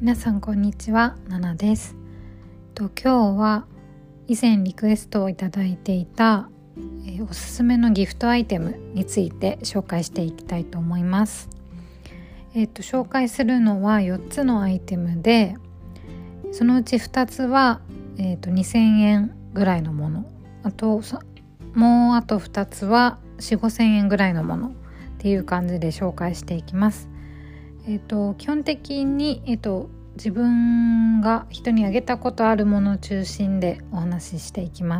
皆さんこんにちは、ナナです。今日は以前リクエストをいただいていた、おすすめのギフトアイテムについて紹介していきたいと思います。紹介するのは4つのアイテムで、そのうち2つは、2000円ぐらいのもの、もうあと2つは 4,5,000 円ぐらいのものっていう感じで紹介していきます。基本的に、自分が人にあげたことあるものを中心でお話ししていきます。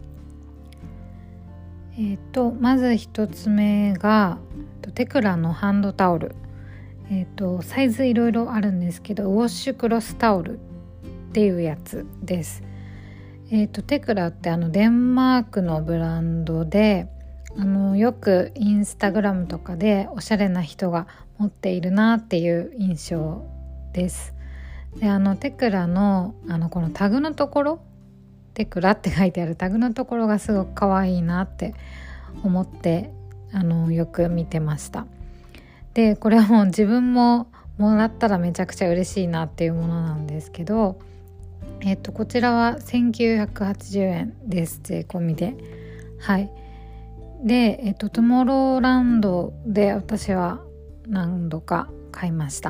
まず一つ目がテクラのハンドタオル、サイズいろいろあるんですけど、ウォッシュクロスタオルっていうやつです。テクラってデンマークのブランドで、よくインスタグラムとかでおしゃれな人が持っているなっていう印象です。でテクラのこのタグのところ、テクラって書いてあるタグのところがすごく可愛いなって思ってよく見てました。でこれはもう自分ももらったらめちゃくちゃ嬉しいなっていうものなんですけど、こちらは1980円です。税込みで。はい。で、トゥモローランドで私は何度か買いました。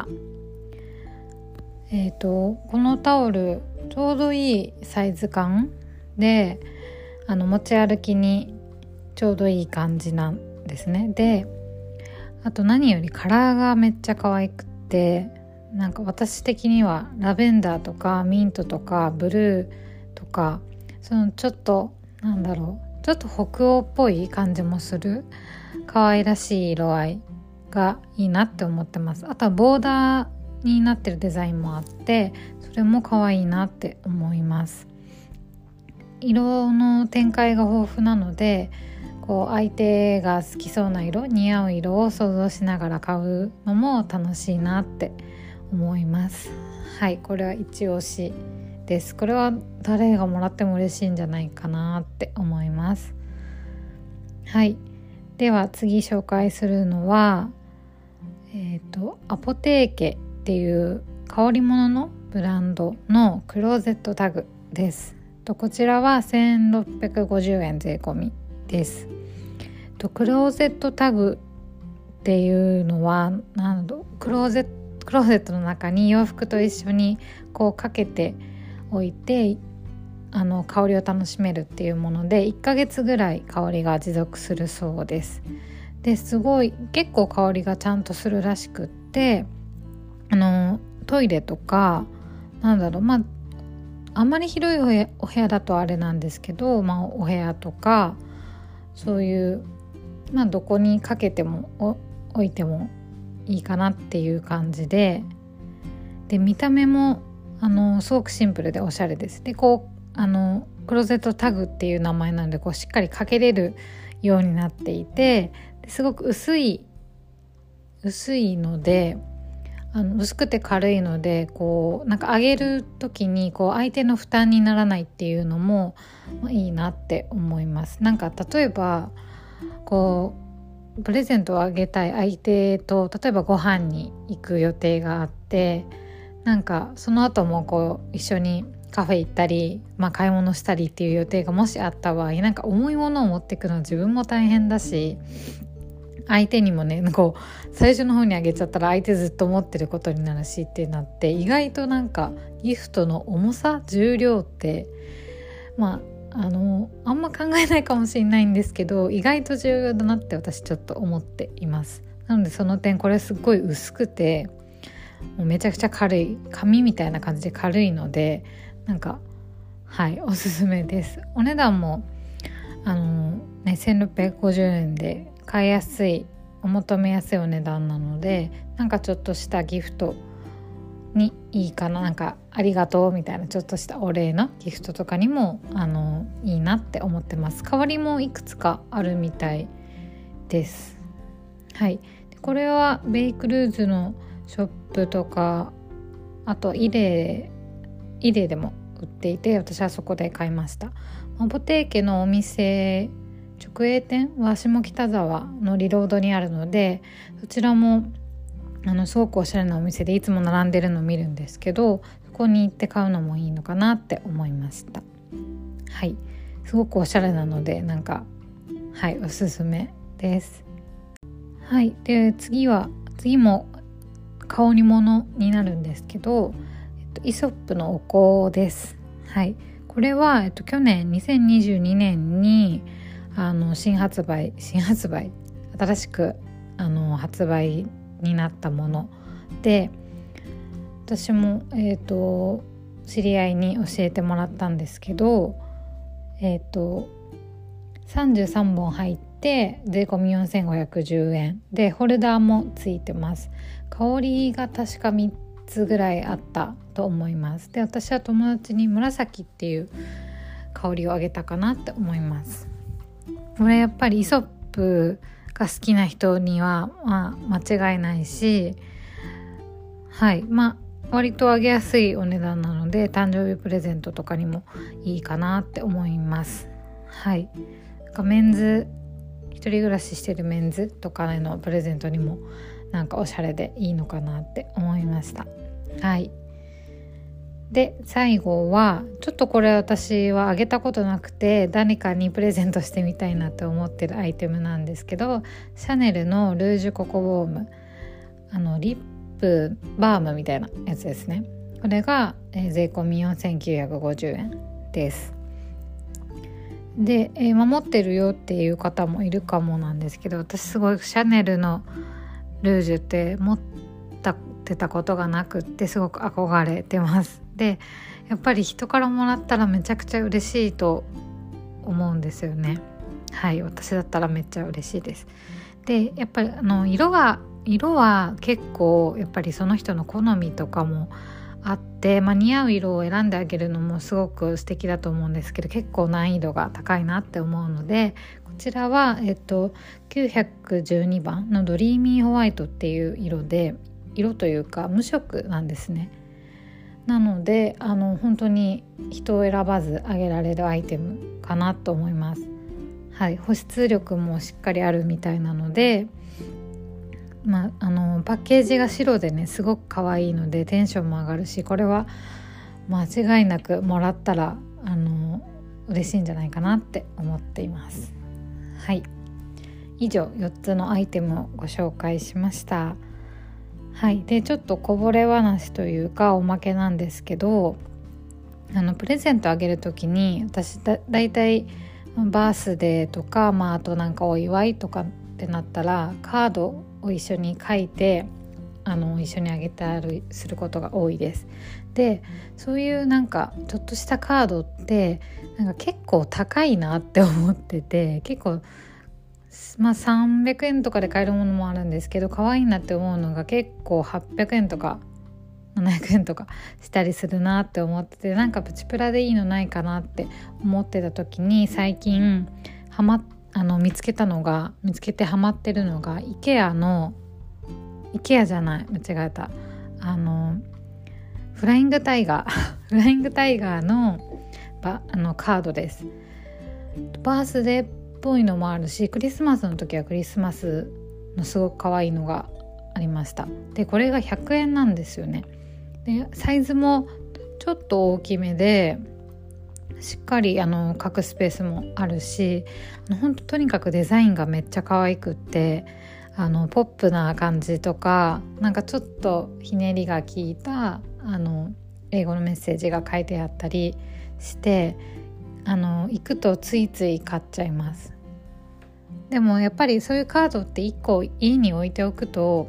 このタオルちょうどいいサイズ感で持ち歩きにちょうどいい感じなんですね。であと何よりカラーがめっちゃ可愛くて、なんか私的にはラベンダーとかミントとかブルーとか、そのちょっとちょっと北欧っぽい感じもする可愛らしい色合いがいいなって思ってます。あとはボーダーになってるデザインもあって、それも可愛いなって思います。色の展開が豊富なので、相手が好きそうな色、似合う色を想像しながら買うのも楽しいなって思います。はい、これは一押しです。これは誰がもらっても嬉しいんじゃないかなって思います。はい、では次紹介するのは、アポテーケっていう香り物のブランドのクローゼットタグです。こちらは1650円税込みです。クローゼットタグっていうのはクローゼットの中に洋服と一緒にかけておいて香りを楽しめるっていうもので、1ヶ月ぐらい香りが持続するそうです。ですごい結構香りがちゃんとするらしくって、トイレとかあんまり広いお部屋だとあれなんですけど、お部屋とかそういうどこにかけても置いてもいいかなっていう感じで、見た目もすごくシンプルでおしゃれです。でクローゼットタグっていう名前なのでしっかりかけれるようになっていて、すごく薄いので薄くて軽いので上げる時に相手の負担にならないっていうのもいいなって思います。例えばプレゼントをあげたい相手と例えばご飯に行く予定があって、その後も一緒にカフェ行ったり、買い物したりっていう予定がもしあった場合、重いものを持っていくのは自分も大変だし、相手にもね最初の方にあげちゃったら相手ずっと持ってることになるしってなって、意外とギフトの重さ、重量ってあんま考えないかもしれないんですけど、意外と重要だなって私ちょっと思っています。なのでその点これすっごい薄くてもうめちゃくちゃ軽い、紙みたいな感じで軽いのでおすすめです。お値段も1650円で買いやすい、お求めやすいお値段なので、ちょっとしたギフトにいいかな、ありがとうみたいなちょっとしたお礼のギフトとかにもいいなって思ってます。代わりもいくつかあるみたいです。はい、これはベイクルーズのショップとか、あとイレでも売っていて、私はそこで買いました。アポテーケのお店直営店は下北沢のリロードにあるので、そちらもすごくおしゃれなお店でいつも並んでるのを見るんですけど、そこに行って買うのもいいのかなって思いました。はい、すごくおしゃれなのでおすすめです。はい、で次も香り物になるんですけど、イソップのお香です。はい、これは、去年2022年に新発売新しく発売になったもので、私も知り合いに教えてもらったんですけど、33本入って税込み4510円で、ホルダーもついてます。香りが確か3つぐらいあったと思います。で、私は友達に紫っていう香りをあげたかなって思います。これやっぱりイソップが好きな人には間違いないし、割と上げやすいお値段なので、誕生日プレゼントとかにもいいかなって思います。メンズ、一人暮らししてるメンズとかへのプレゼントにもおしゃれでいいのかなって思いました。で、最後はちょっとこれ私はあげたことなくて、誰かにプレゼントしてみたいなって思ってるアイテムなんですけど、シャネルのルージュココウォーム、リップバームみたいなやつですね。これが、税込み4950円です。で、持ってるよっていう方もいるかもなんですけど、私すごいシャネルのルージュって持ってたことがなくって、すごく憧れてます。で、やっぱり人からもらったらめちゃくちゃ嬉しいと思うんですよね。私だったらめっちゃ嬉しいです。で、やっぱり色は結構やっぱりその人の好みとかもあって、似合う色を選んであげるのもすごく素敵だと思うんですけど、結構難易度が高いなって思うので、こちらは、912番のドリーミーホワイトっていう色というか無色なんですね。なので本当に人を選ばずあげられるアイテムかなと思います。保湿力もしっかりあるみたいなので、パッケージが白でね、すごく可愛いのでテンションも上がるし、これは間違いなくもらったら嬉しいんじゃないかなって思っています。以上4つのアイテムをご紹介しました。で、ちょっとこぼれ話というかおまけなんですけど、プレゼントあげるときに私だいたいバースデーとか、あとお祝いとかってなったらカードを一緒に書いて一緒にあげたりすることが多いです。で、そういうちょっとしたカードって結構高いなって思ってて、結構300円とかで買えるものもあるんですけど、可愛いなって思うのが結構800円とか700円とかしたりするなって思ってて、プチプラでいいのないかなって思ってた時に、最近見つけてハマってるのがIKEA じゃない、間違えた、フライングタイガーのカードです。バースデーっぽいのもあるし、クリスマスの時はクリスマスのすごく可愛いのがありました。で、これが100円なんですよね。で、サイズもちょっと大きめで、しっかり書くスペースもあるし、とにかくデザインがめっちゃ可愛くって、ポップな感じとか、ちょっとひねりが効いた英語のメッセージが書いてあったりして、行くとついつい買っちゃいます。でもやっぱりそういうカードって1個家に置いておくと、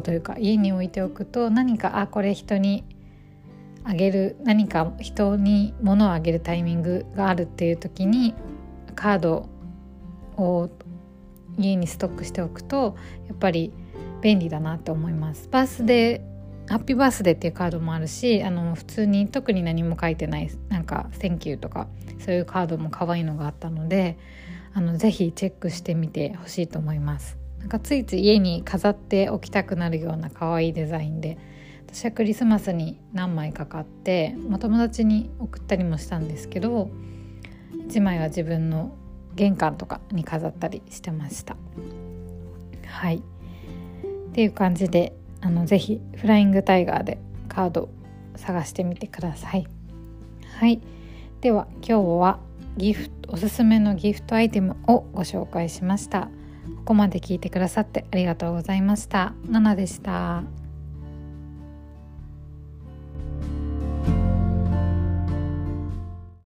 何かこれ人にあげる、何か人に物をあげるタイミングがあるっていう時にカードを家にストックしておくとやっぱり便利だなと思います。ハッピーバースデーっていうカードもあるし、普通に特に何も書いてないThank you とかそういうカードも可愛いのがあったので、ぜひチェックしてみてほしいと思います。ついつい家に飾っておきたくなるような可愛いデザインで、私はクリスマスに何枚か買って、友達に送ったりもしたんですけど、1枚は自分の玄関とかに飾ったりしてました。っていう感じでぜひフライングタイガーでカード探してみてください。はい、では今日はおすすめのギフトアイテムをご紹介しました。ここまで聞いてくださってありがとうございました。ナナでした。